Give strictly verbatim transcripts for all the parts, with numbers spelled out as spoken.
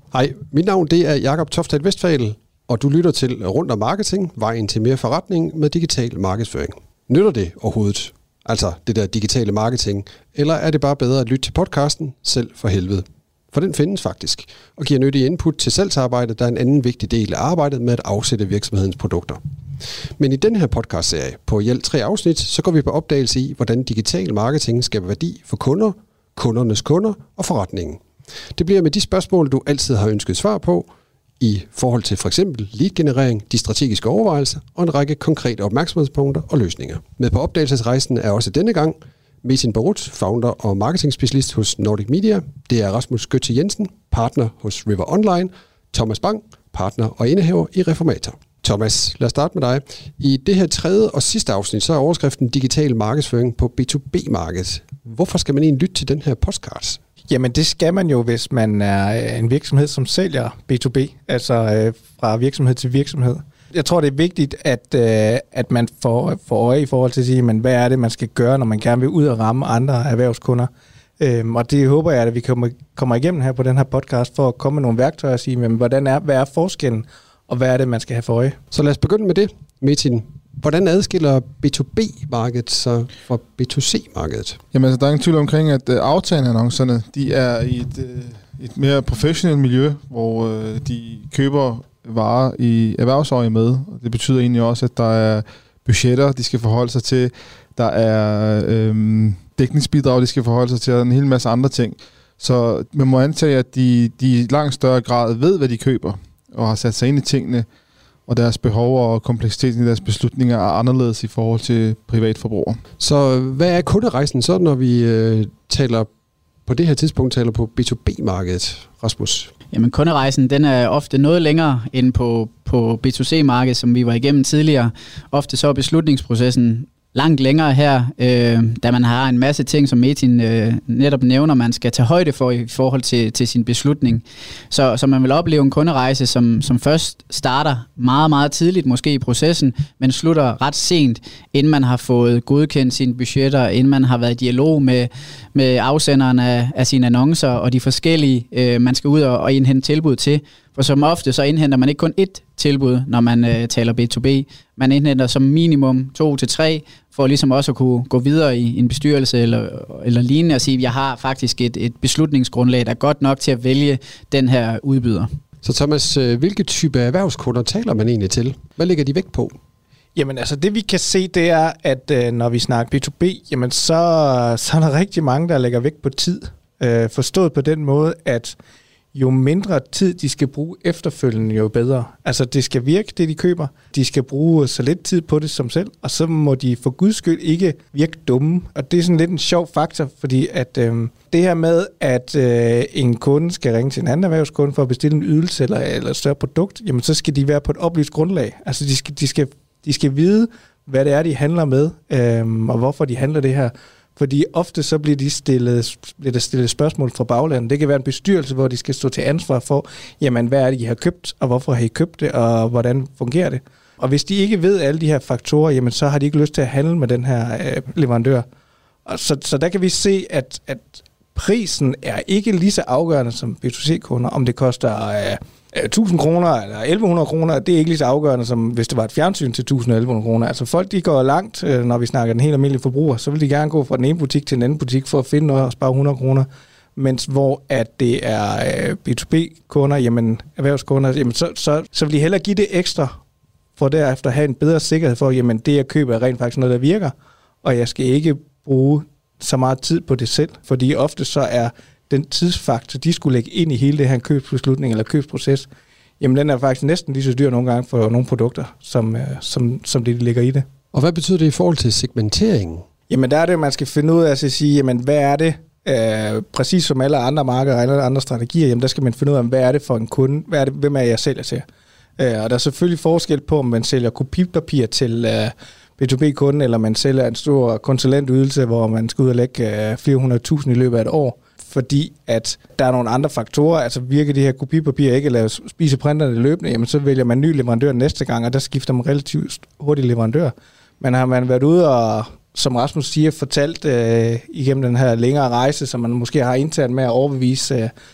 Hej, mit navn det er Jakob Toftdal Westphal, og du lytter til Rundt om Marketing, vejen til mere forretning med digital markedsføring. Nytter det overhovedet? Altså det der digitale marketing, eller er det bare bedre at lytte til podcasten selv for helvede? For den findes faktisk, og giver nyttig input til salgsarbejde, der er en anden vigtig del af arbejdet med at afsætte virksomhedens produkter. Men i denne her podcastserie, på i alt tre afsnit, så går vi på opdagelse i, hvordan digital marketing skaber værdi for kunder, kundernes kunder og forretningen. Det bliver med de spørgsmål, du altid har ønsket svar på, i forhold til for eksempel lead-generering, de strategiske overvejelser og en række konkrete opmærksomhedspunkter og løsninger. Med på opdagelsesrejsen er også denne gang Metin Barut, founder og marketingspecialist hos Nordic Media. Det er Rasmus Gøtze Jensen, partner hos River Online. Thomas Bang, partner og indehaver i Reformator. Thomas, lad os starte med dig. I det her tredje og sidste afsnit, så er overskriften digital markedsføring på B to B-markedet. Hvorfor skal man egentlig lytte til den her podcast? Jamen det skal man jo, hvis man er en virksomhed, som sælger B to B, altså øh, fra virksomhed til virksomhed. Jeg tror, det er vigtigt, at, øh, at man får, får øje i forhold til at sige, men hvad er det, man skal gøre, når man gerne vil ud og ramme andre erhvervskunder. Øhm, og det håber jeg, at vi kommer, kommer igennem her på den her podcast, for at komme med nogle værktøjer og sige, men hvordan er, hvad er forskellen, og hvad er det, man skal have for øje. Så lad os begynde med det, Metin. Hvordan adskiller B to B-markedet så fra B to C-markedet? Jamen altså, der er ingen tvivl omkring, at uh, aftalenannoncerne, de er i et, uh, et mere professionelt miljø, hvor uh, de køber varer i erhvervsøje med. Og det betyder egentlig også, at der er budgetter, de skal forholde sig til. Der er øhm, dækningsbidrag, de skal forholde sig til, og en hel masse andre ting. Så man må antage, at de, de i langt større grad ved, hvad de køber, og har sat sig ind i tingene, og deres behov og kompleksiteten i deres beslutninger er anderledes i forhold til privatforbrugere. Så hvad er kunderejsen så, når vi øh, taler på det her tidspunkt taler på B to B-markedet, Rasmus? Jamen kunderejsen, den er ofte noget længere end på, på B to C-markedet, som vi var igennem tidligere. Ofte så er beslutningsprocessen langt længere her, øh, da man har en masse ting, som Metin øh, netop nævner, man skal tage højde for i forhold til, til sin beslutning. Så, så man vil opleve en kunderejse, som, som først starter meget, meget tidligt, måske i processen, men slutter ret sent, inden man har fået godkendt sine budgetter, inden man har været i dialog med, med afsenderen af, af sine annoncer og de forskellige, øh, man skal ud og, og indhente tilbud til. For som ofte, så indhenter man ikke kun ét tilbud, når man øh, taler B to B. Man indhenter som minimum to til tre, for ligesom også at kunne gå videre i en bestyrelse eller, eller lignende og sige, at jeg har faktisk et, et beslutningsgrundlag, der er godt nok til at vælge den her udbyder. Så Thomas, hvilke type erhvervskunder taler man egentlig til? Hvad lægger de vægt på? Jamen altså det vi kan se, det er, at øh, når vi snakker B to B, jamen så, så er der rigtig mange, der lægger vægt på tid. Øh, forstået på den måde, at jo mindre tid de skal bruge efterfølgende, jo bedre. Altså det skal virke, det de køber. De skal bruge så lidt tid på det som selv, og så må de for guds skyld ikke virke dumme. Og det er sådan lidt en sjov faktor, fordi at øh, det her med, at øh, en kunde skal ringe til en anden erhvervskunde for at bestille en ydelse eller, eller et større produkt, jamen så skal de være på et oplyst grundlag. Altså de skal, de skal, de skal vide, hvad det er, de handler med, øh, og hvorfor de handler det her. Fordi ofte så bliver, de stillet, bliver der stillet spørgsmål fra baglandet. Det kan være en bestyrelse, hvor de skal stå til ansvar for, jamen hvad er det, I har købt, og hvorfor har I købt det, og hvordan fungerer det? Og hvis de ikke ved alle de her faktorer, jamen så har de ikke lyst til at handle med den her øh, leverandør. Og så, så der kan vi se, at, at prisen er ikke lige så afgørende som B to C-kunder. Om det koster øh, tusind kroner eller elleve hundrede kroner, det er ikke lige så afgørende, som hvis det var et fjernsyn til tusind eller elleve hundrede kroner. Altså folk, de går langt, øh, når vi snakker den helt almindelige forbruger, så vil de gerne gå fra den ene butik til den anden butik for at finde noget og spare hundrede kroner. Mens hvor at det er øh, B to B-kunder, jamen erhvervskunder, jamen så, så, så vil de hellere give det ekstra, for derefter have en bedre sikkerhed for, jamen det jeg køber er rent faktisk noget, der virker, og jeg skal ikke bruge så meget tid på det selv, fordi ofte så er den tidsfaktor, de skulle lægge ind i hele det her købsbeslutning eller købsproces, jamen den er faktisk næsten lige så dyr nogle gange for nogle produkter, som, som, som det, de ligger i det. Og hvad betyder det i forhold til segmenteringen? Jamen der er det, man skal finde ud af at sige, jamen hvad er det, øh, præcis som alle andre markeder og alle andre strategier, jamen der skal man finde ud af, hvad er det for en kunde, hvad er det, hvem er jeg sælger til? Øh, og der er selvfølgelig forskel på, om man sælger kopipapir til øh, B to B-kunden, eller man sælger en stor konsulentydelse, hvor man skal ud og lægge øh, fire hundrede tusind i løbet af et år, fordi at der er nogle andre faktorer, altså virker de her kopipapir ikke, eller spise printerne løbende, jamen så vælger man en ny leverandør næste gang, og der skifter man relativt hurtigt leverandør. Men har man været ude og, som Rasmus siger, fortalt øh, igennem den her længere rejse, som man måske har internt med at overbevise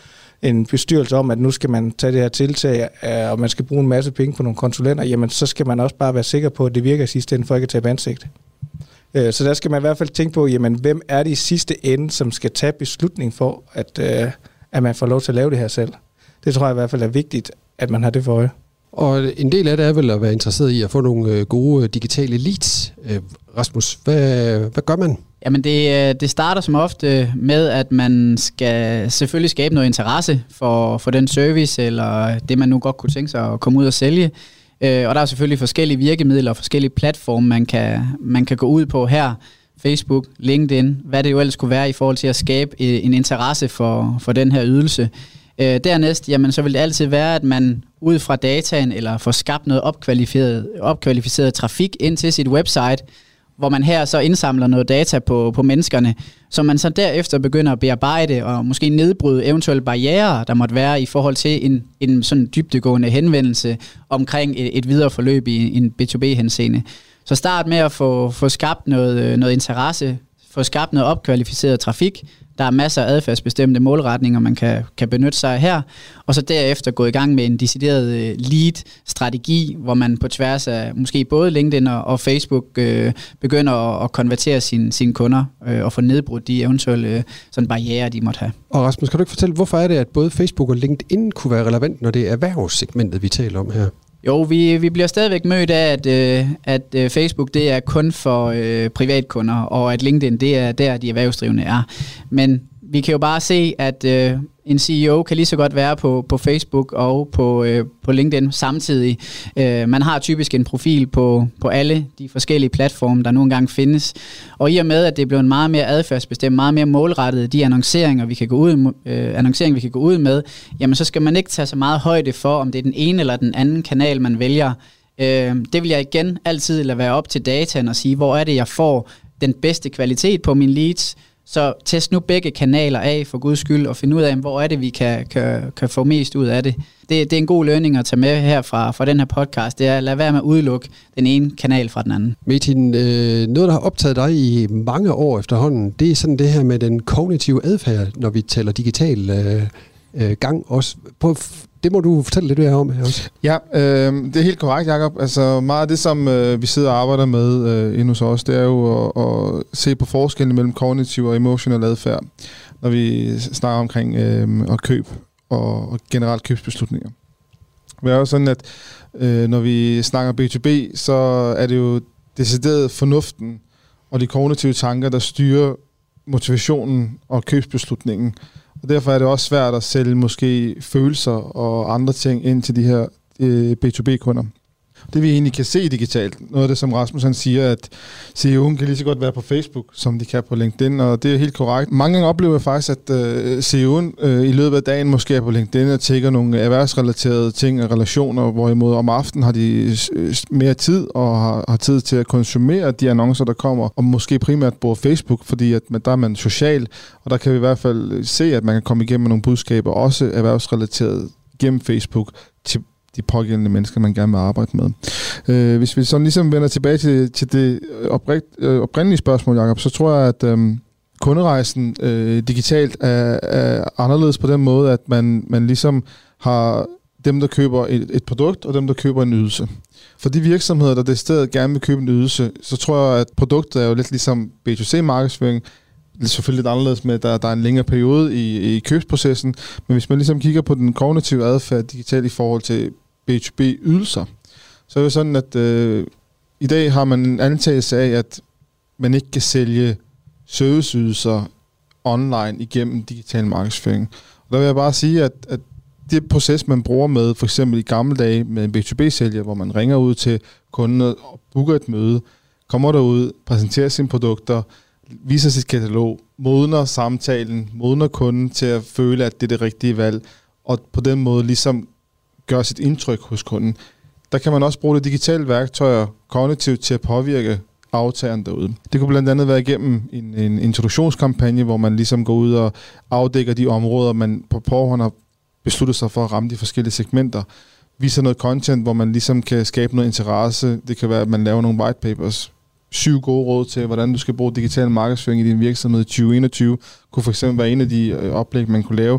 en bestyrelse om, at nu skal man tage det her tiltag, øh, og man skal bruge en masse penge på nogle konsulenter, jamen så skal man også bare være sikker på, at det virker i sidste ende, for ikke at tabe ansigt. Øh, så der skal man i hvert fald tænke på, jamen hvem er det i sidste ende, som skal tage beslutning for, at, øh, at man får lov til at lave det her selv. Det tror jeg i hvert fald er vigtigt, at man har det for øje. Og en del af det er vel at være interesseret i at få nogle gode digitale leads. Rasmus, hvad, hvad gør man? Jamen det, det starter som ofte med, at man skal selvfølgelig skabe noget interesse for, for den service, eller det man nu godt kunne tænke sig at komme ud og sælge. Og der er selvfølgelig forskellige virkemidler og forskellige platforme, man kan, man kan gå ud på her. Facebook, LinkedIn, hvad det jo ellers kunne være i forhold til at skabe en interesse for, for den her ydelse. Øh, dernæst, jamen, så vil det altid være, at man ud fra dataen eller får skabt noget opkvalificeret, opkvalificeret trafik ind til sit website, hvor man her så indsamler noget data på, på menneskerne, som man så derefter begynder at bearbejde og måske nedbryde eventuelle barrierer, der måtte være i forhold til en, en sådan dybdegående henvendelse omkring et, et videre forløb i en B to B-henseende. Så start med at få, få skabt noget, noget interesse, få skabt noget opkvalificeret trafik. Der er masser af adfærdsbestemte målretninger, man kan, kan benytte sig af her. Og så derefter gå i gang med en decideret lead-strategi, hvor man på tværs af måske både LinkedIn og, og Facebook øh, begynder at, at konvertere sine, sine kunder øh, og få nedbrudt de eventuelle øh, sådan barrierer, de måtte have. Og Rasmus, kan du ikke fortælle, hvorfor er det, at både Facebook og LinkedIn kunne være relevant, når det er erhvervssegmentet, vi taler om her? Jo, vi, vi bliver stadigvæk mødt af, at, øh, at øh, Facebook det er kun for øh, privatkunder, og at LinkedIn det er der, de erhvervsdrivende er. Men vi kan jo bare se, at øh, en C E O kan lige så godt være på, på Facebook og på, øh, på LinkedIn samtidig. Øh, man har typisk en profil på, på alle de forskellige platforme, der nu engang findes. Og i og med, at det er blevet meget mere adfærdsbestemt, meget mere målrettet, de annonceringer, vi kan gå ud, øh, annoncering, vi kan gå ud med, jamen så skal man ikke tage så meget højde for, om det er den ene eller den anden kanal, man vælger. Øh, det vil jeg igen altid lade være op til dataen og sige, hvor er det, jeg får den bedste kvalitet på mine leads. Så test nu begge kanaler af, for guds skyld, og finde ud af, hvor er det, vi kan, kan, kan få mest ud af det. det. Det er en god learning at tage med her fra, fra den her podcast. Det er at lade være med at udelukke den ene kanal fra den anden. Metin, øh, noget, der har optaget dig i mange år efterhånden, det er sådan det her med den kognitive adfærd, når vi taler digital øh, øh, gang også. På, det må du fortælle lidt mere om her også. Ja, øh, det er helt korrekt, Jacob. Altså meget af det, som øh, vi sidder og arbejder med øh, inde hos os, det er jo at, at se på forskellen mellem kognitiv og emotionel adfærd, når vi snakker omkring øh, at køb og, og generelt købsbeslutninger. Det er jo sådan, at øh, når vi snakker B to B, så er det jo decideret fornuften og de kognitive tanker, der styrer motivationen og købsbeslutningen. Og derfor er det også svært at sælge måske følelser og andre ting ind til de her øh, B to B-kunder. Det vi egentlig kan se digitalt, noget af det, som Rasmus han siger, at C E O'en kan lige så godt være på Facebook, som de kan på LinkedIn, og det er helt korrekt. Mange gange oplever jeg faktisk, at øh, C E O'en øh, i løbet af dagen måske er på LinkedIn og tjekker nogle erhvervsrelaterede ting og relationer, hvorimod om aftenen har de mere tid og har, har tid til at konsumere de annoncer, der kommer, og måske primært på Facebook, fordi at man, der er man social, og der kan vi i hvert fald se, at man kan komme igennem med nogle budskaber, også erhvervsrelateret gennem Facebook, til de pågældende mennesker, man gerne vil arbejde med. Øh, hvis vi sådan ligesom vender tilbage til, til det oprigt, øh, oprindelige spørgsmål, Jacob, så tror jeg, at øh, kunderejsen øh, digitalt er, er anderledes på den måde, at man, man ligesom har dem, der køber et, et produkt, og dem, der køber en ydelse. For de virksomheder, der det stedet gerne vil købe en ydelse, så tror jeg, at produktet er jo lidt ligesom B to C-markedsføring. Det er selvfølgelig lidt anderledes med, at der, der er en længere periode i, i købsprocessen, men hvis man ligesom kigger på den kognitive adfærd digitalt i forhold til B to B-ydelser, så er det sådan, at øh, i dag har man en antagelse af, at man ikke kan sælge serviceydelser online igennem digital markedsføring. Og der vil jeg bare sige, at, at det proces, man bruger med, for eksempel i gamle dage med en B to B-sælger, hvor man ringer ud til kunden og booker et møde, kommer derud, præsenterer sine produkter, viser sit katalog, modner samtalen, modner kunden til at føle, at det er det rigtige valg, og på den måde ligesom gør sit indtryk hos kunden. Der kan man også bruge det digitale værktøjer kognitivt til at påvirke aftageren derude. Det kunne blandt andet være igennem en, en introduktionskampagne, hvor man ligesom går ud og afdækker de områder, man på forhånd har besluttet sig for at ramme de forskellige segmenter. Viser noget content, hvor man ligesom kan skabe noget interesse. Det kan være, at man laver nogle white papers. Syv gode råd til, hvordan du skal bruge digital markedsføring i din virksomhed i tyve enogtyve. Kunne for eksempel være en af de øh, oplæg, man kunne lave,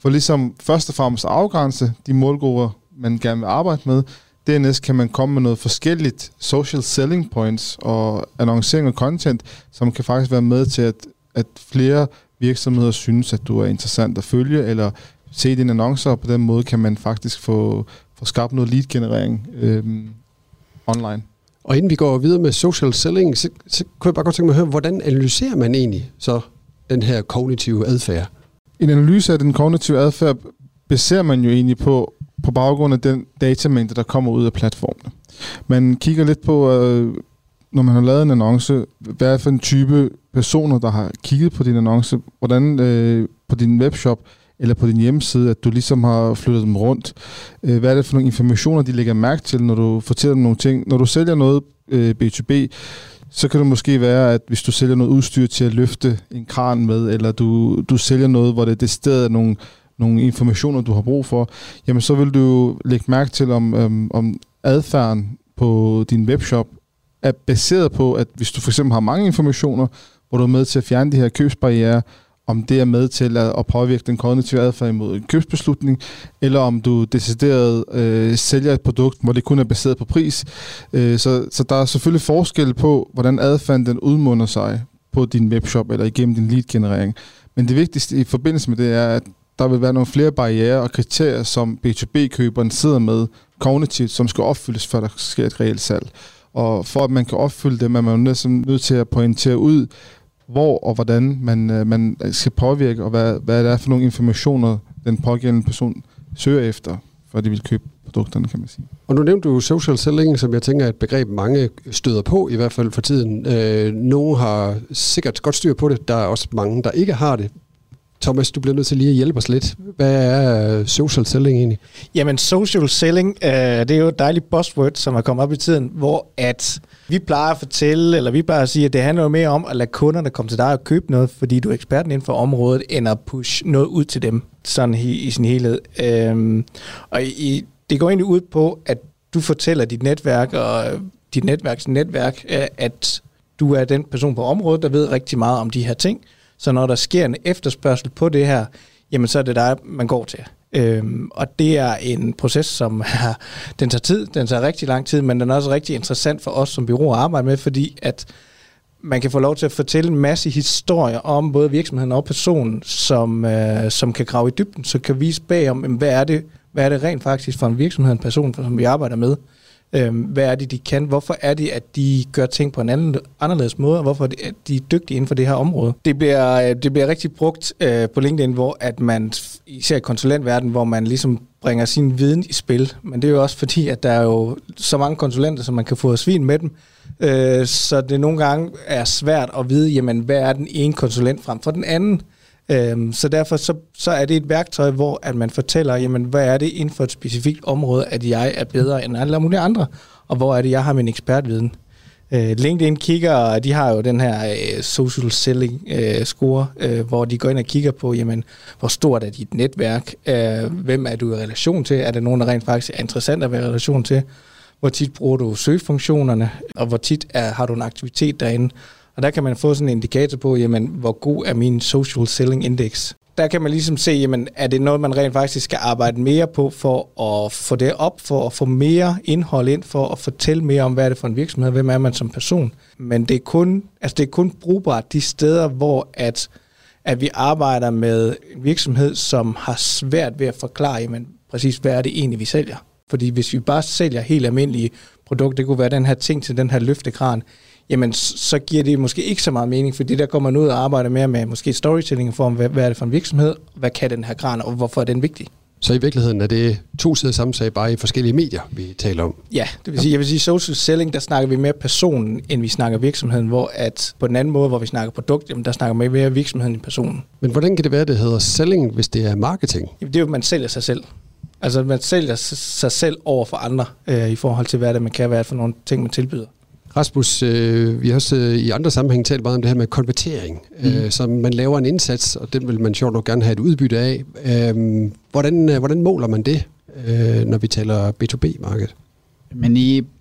for ligesom først og fremmest at afgrænse de målgrupper, man gerne vil arbejde med. Dernæst kan man komme med noget forskelligt social selling points og annoncering og content, som kan faktisk være med til, at, at flere virksomheder synes, at du er interessant at følge, eller se dine annoncer, og på den måde kan man faktisk få, få skabt noget lead-generering øhm, online. Og inden vi går videre med social selling, så, så kunne jeg bare godt tænke mig at høre, hvordan analyserer man egentlig så den her kognitive adfærd? En analyse af den kognitive adfærd baserer man jo egentlig på, på baggrund af den datamængde, der kommer ud af platformene. Man kigger lidt på, øh, når man har lavet en annonce, hvad er for en type personer, der har kigget på din annonce, hvordan øh, på din webshop eller på din hjemmeside, at du ligesom har flyttet dem rundt. Øh, hvad er det for nogle informationer, de lægger mærke til, når du fortæller dem nogle ting? Når du sælger noget øh, B to B, så kan det måske være, at hvis du sælger noget udstyr til at løfte en kran med, eller du, du sælger noget, hvor det er decideret nogle, nogle informationer, du har brug for, jamen så vil du lægge mærke til, om, øhm, om adfærden på din webshop er baseret på, at hvis du for eksempel har mange informationer, hvor du er med til at fjerne de her købsbarrierer, om det er med til at, at påvirke den kognitive adfærd imod en købsbeslutning, eller om du decideret øh, sælger et produkt, hvor det kun er baseret på pris. Øh, så, så der er selvfølgelig forskel på, hvordan adfærden den udmunder sig på din webshop eller igennem din lead-generering. Men det vigtigste i forbindelse med det er, at der vil være nogle flere barrierer og kriterier, som B to B-køberen sidder med kognitivt, som skal opfyldes, før der sker et reelt salg. Og for at man kan opfylde dem, er man næsten nødt til at pointere ud, hvor og hvordan man, man skal påvirke, og hvad, hvad det er for nogle informationer, den pågældende person søger efter, for de vil købe produkterne, kan man sige. Og nu nævnte du social selling, som jeg tænker er et begreb, mange støder på, i hvert fald for tiden. Øh, nogle har sikkert godt styr på det, der er også mange, der ikke har det. Thomas, du bliver nødt til lige at hjælpe os lidt. Hvad er social selling egentlig? Jamen, social selling, øh, det er jo et dejligt buzzword, som er kommet op i tiden, hvor at vi plejer at fortælle, eller vi plejer at sige, at det handler jo mere om at lade kunderne komme til dig og købe noget, fordi du er eksperten inden for området, end at push noget ud til dem, sådan i, i sin helhed. Øhm, og i, det går egentlig ud på, at du fortæller dit netværk og dit netværks netværk, at du er den person på området, der ved rigtig meget om de her ting. Så når der sker en efterspørgsel på det her, jamen så er det dig, man går til. Øhm, og det er en proces, som er, den tager tid, den tager rigtig lang tid, men den er også rigtig interessant for os som bureau at arbejde med, fordi at man kan få lov til at fortælle en masse historier om både virksomheden og personen, som, øh, som kan grave i dybden, så kan vise bagom, hvad er det, hvad er det rent faktisk for en virksomhed, en person, som vi arbejder med. Øhm, hvad er det, de kan? Hvorfor er det, at de gør ting på en anden, anderledes måde? Og hvorfor er det, at de er dygtige inden for det her område? Det bliver, det bliver rigtig brugt øh, på LinkedIn, hvor at man, især i konsulentverdenen, hvor man ligesom bringer sin viden i spil. Men det er jo også fordi, at der er jo så mange konsulenter, som man kan få svin med dem. Øh, så det nogle gange er svært at vide, jamen, hvad er den ene konsulent frem for den anden? Øhm, så derfor så, så er det et værktøj, hvor at man fortæller, jamen, hvad er det inden for et specifikt område, at jeg er bedre end alle mulige andre, og hvor er det, jeg har min ekspertviden. Øh, LinkedIn kigger, de har jo den her øh, social selling øh, score, øh, hvor de går ind og kigger på, jamen, hvor stort er dit netværk, øh, hvem er du i relation til, er der nogen, der rent faktisk er interessant at være i relation til, hvor tit bruger du søgefunktionerne, og hvor tit er, har du en aktivitet derinde. Og der kan man få sådan en indikator på, jamen, hvor god er min social selling index. Der kan man ligesom se, jamen, er det noget, man rent faktisk skal arbejde mere på for at få det op, for at få mere indhold ind, for at fortælle mere om, hvad er det for en virksomhed, hvem er man som person. Men det er kun, altså det er kun brugbart de steder, hvor at, at vi arbejder med en virksomhed, som har svært ved at forklare, jamen, præcis hvad er det egentlig, vi sælger. Fordi hvis vi bare sælger helt almindelige produkter, det kunne være den her ting til den her løftekran, jamen så giver det måske ikke så meget mening, fordi der kommer man ud og arbejder mere med måske storytelling i form af, hvad er det for en virksomhed, hvad kan den her kran, og hvorfor er den vigtig. Så i virkeligheden er det to sider samme sag, bare i forskellige medier, vi taler om? Ja, det vil sige, jeg vil sige, social selling, der snakker vi mere personen, end vi snakker virksomheden, hvor at på den anden måde, hvor vi snakker produkt, jamen der snakker vi mere virksomheden end personen. Men hvordan kan det være, det hedder selling, hvis det er marketing? Jamen, det er jo, at man sælger sig selv. Altså man sælger sig selv over for andre, øh, i forhold til, hvad det man kan være for nogle ting, man tilbyder. Rasmus, øh, vi har også øh, i andre sammenhæng talt meget om det her med konvertering, mm. øh, så man laver en indsats, og den vil man sjovt nok gerne have et udbytte af. Øh, hvordan, øh, hvordan måler man det, øh, når vi taler B to B-marked? Men i,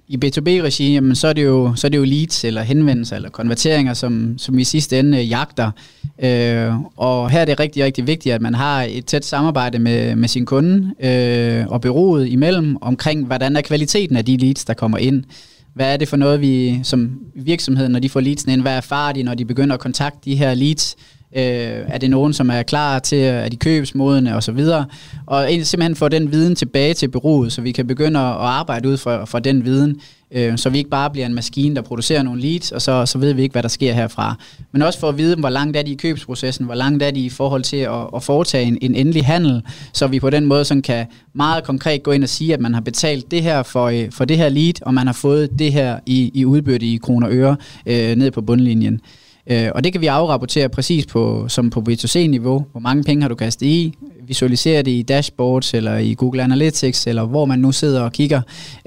I B to B-regi, jamen, så, er det jo, så er det jo leads eller henvendelser eller konverteringer, som, som vi i sidste ende øh, jagter. Øh, og her er det rigtig, rigtig vigtigt, at man har et tæt samarbejde med, med sin kunde øh, og bureauet imellem omkring, hvordan er kvaliteten af de leads, der kommer ind. Hvad er det for noget, vi som virksomhed, når de får leadsene ind, hvad erfarer de, når de begynder at kontakte de her leads? Øh, er det nogen, som er klar til, at de købsmodne og så videre? Og simpelthen få den viden tilbage til bureauet, så vi kan begynde at arbejde ud fra, fra den viden, øh, så vi ikke bare bliver en maskine, der producerer nogle leads, og så, så ved vi ikke, hvad der sker herfra. Men også for at vide, hvor langt er de i købsprocessen, hvor langt er de i forhold til at, at foretage en, en endelig handel, så vi på den måde sådan kan meget konkret gå ind og sige, at man har betalt det her for, for det her lead, og man har fået det her i, i udbytte i kroner og øre øh, ned på bundlinjen. Uh, og det kan vi afrapportere præcis på, som på B to C-niveau. Hvor mange penge har du kastet i? Visualisere det i dashboards, eller i Google Analytics, eller hvor man nu sidder og kigger,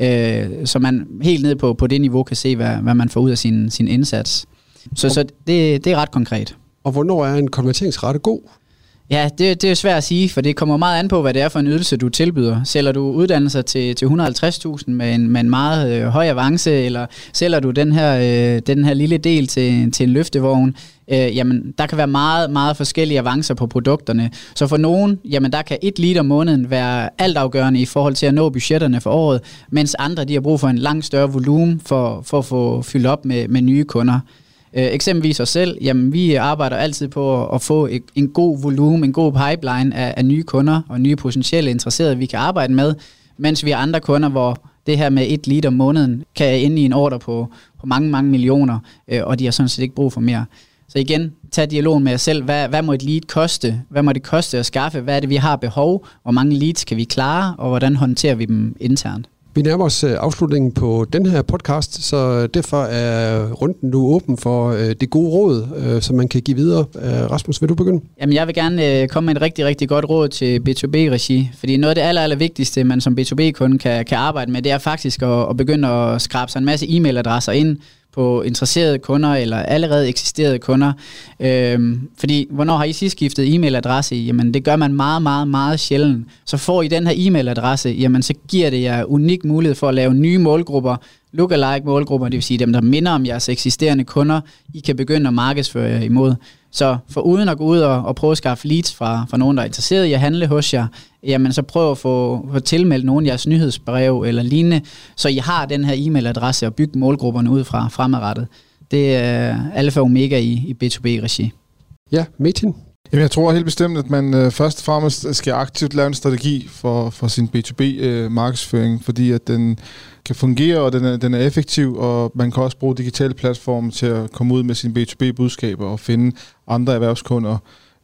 uh, så man helt ned på, på det niveau kan se, hvad, hvad man får ud af sin, sin indsats. Så, så det, det er ret konkret. Og hvornår er en konverteringsrate god? Ja, det, det er svært at sige, for det kommer meget an på, hvad det er for en ydelse, du tilbyder. Sælger du uddannelser til, til et hundrede og halvtreds tusind med en, med en meget øh, høj avance, eller sælger du den her, øh, den her lille del til, til en løftevogn, øh, jamen der kan være meget, meget forskellige avancer på produkterne. Så for nogen, jamen der kan et lead om måneden være altafgørende i forhold til at nå budgetterne for året, mens andre de har brug for en langt større volumen for, for at få fyldt op med, med nye kunder. Øh, eksempelvis os selv, jamen vi arbejder altid på at få et, en god volumen, en god pipeline af, af nye kunder og nye potentielle interesserede, vi kan arbejde med, mens vi har andre kunder, hvor det her med et lead om måneden kan ende i en ordre på, på mange, mange millioner, øh, og de har sådan set ikke brug for mere. Så igen, tag dialogen med jer selv. Hvad, hvad må et lead koste? Hvad må det koste at skaffe? Hvad er det, vi har behov? Hvor mange leads kan vi klare? Og hvordan håndterer vi dem internt? Vi nærmer os afslutningen på den her podcast, så derfor er runden nu åben for det gode råd, som man kan give videre. Rasmus, vil du begynde? Jamen, jeg vil gerne komme med et rigtig, rigtig godt råd til B to B-regi, fordi noget af det aller, aller vigtigste, man som B to B-kunde kan, kan arbejde med, det er faktisk at, at begynde at skrabe sig en masse e-mailadresser ind på interesserede kunder eller allerede eksisterede kunder. Øhm, fordi, hvornår har I sidst skiftet e-mailadresse? Jamen, det gør man meget, meget, meget sjældent. Så får I den her e-mailadresse, jamen, så giver det jer unik mulighed for at lave nye målgrupper, lookalike målgrupper, det vil sige dem, der minder om jeres eksisterende kunder, I kan begynde at markedsføre jer imod. Så for uden at gå ud og, og prøve at skaffe leads fra, fra nogen, der er interesseret i at handle hos jer, jamen så prøv at få, få tilmeldt nogle af jeres nyhedsbrev eller lignende, så I har den her e-mailadresse og bygge målgrupperne ud fra fremadrettet. Det er alfa og omega i, i B to B-regi. Ja, Metin? Jamen, jeg tror helt bestemt, at man øh, først og fremmest skal aktivt lave en strategi for, for sin B to B-markedsføring, øh, fordi at den kan fungere, og den er, den er effektiv, og man kan også bruge digitale platforme til at komme ud med sine B to B-budskaber og finde andre erhvervskunder,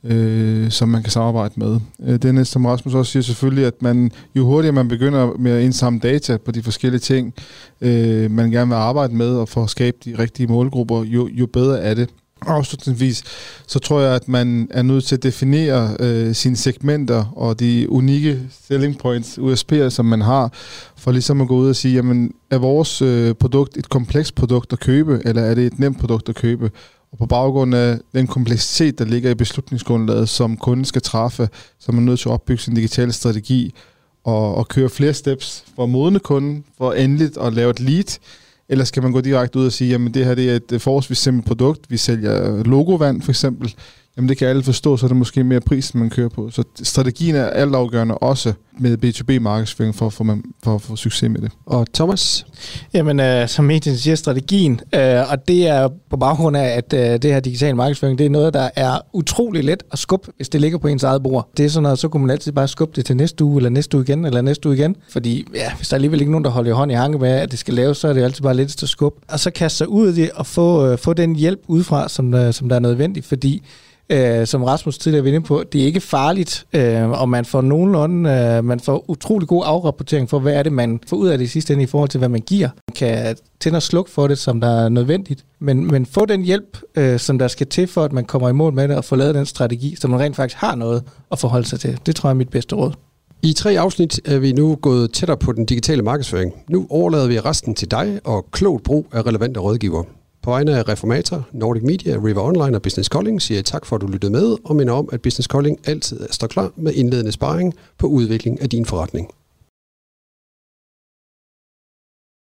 øh, som man kan samarbejde med. Det er næste, som Rasmus også siger, selvfølgelig, at man, jo hurtigere man begynder med at indsamle data på de forskellige ting, øh, man gerne vil arbejde med, og for at skabe de rigtige målgrupper, jo, jo bedre er det. Afslutningsvis, så tror jeg, at man er nødt til at definere øh, sine segmenter og de unikke selling points, U S P'er, som man har, for ligesom at gå ud og sige, jamen, er vores øh, produkt et komplekst produkt at købe, eller er det et nemt produkt at købe? Og på baggrund af den kompleksitet, der ligger i beslutningsgrundlaget, som kunden skal træffe, så er man nødt til at opbygge sin digitale strategi og, og køre flere steps for at modne kunden, for endeligt at lave et lead. Eller skal man gå direkte ud og sige, jamen det her det er et forholdsvis simpelt produkt, vi sælger logovand for eksempel, jamen det kan alle forstå, så er det måske mere prisen, man kører på. Så strategien er altafgørende også med B to B-markedsføring for, for, man, for at få succes med det. Og Thomas? Jamen, øh, som Metin siger, strategien, øh, og det er på baggrund af, at øh, det her digitale markedsføring, det er noget, der er utrolig let at skubbe, hvis det ligger på ens eget bord. Det er sådan noget, så kunne man altid bare skubbe det til næste uge, eller næste uge igen, eller næste uge igen. Fordi ja, hvis der er alligevel ikke nogen, der holder i hånd i hanke med, at det skal laves, så er det altid bare lidt at skubbe. Og så kaste sig ud af det og få, øh, få den hjælp udefra, som, øh, som der er nødvendigt, fordi Øh, som Rasmus tidligere var inde på, det er ikke farligt, øh, og man får nogenlunde, øh, man får utrolig god afrapportering for, hvad er det, man får ud af det i sidste ende i forhold til, hvad man giver. Man kan tænde og slukke for det, som der er nødvendigt, men, men få den hjælp, øh, som der skal til for, at man kommer i mål med det, og få lavet den strategi, så man rent faktisk har noget at forholde sig til. Det tror jeg er mit bedste råd. I tre afsnit er vi nu gået tættere på den digitale markedsføring. Nu overlader vi resten til dig og klogt brug af relevante rådgiver. På vegne af Reformator, Nordic Media, River Online og Business Calling siger jeg tak for, at du lyttede med, og minder om, at Business Calling altid står klar med indledende sparring på udvikling af din forretning.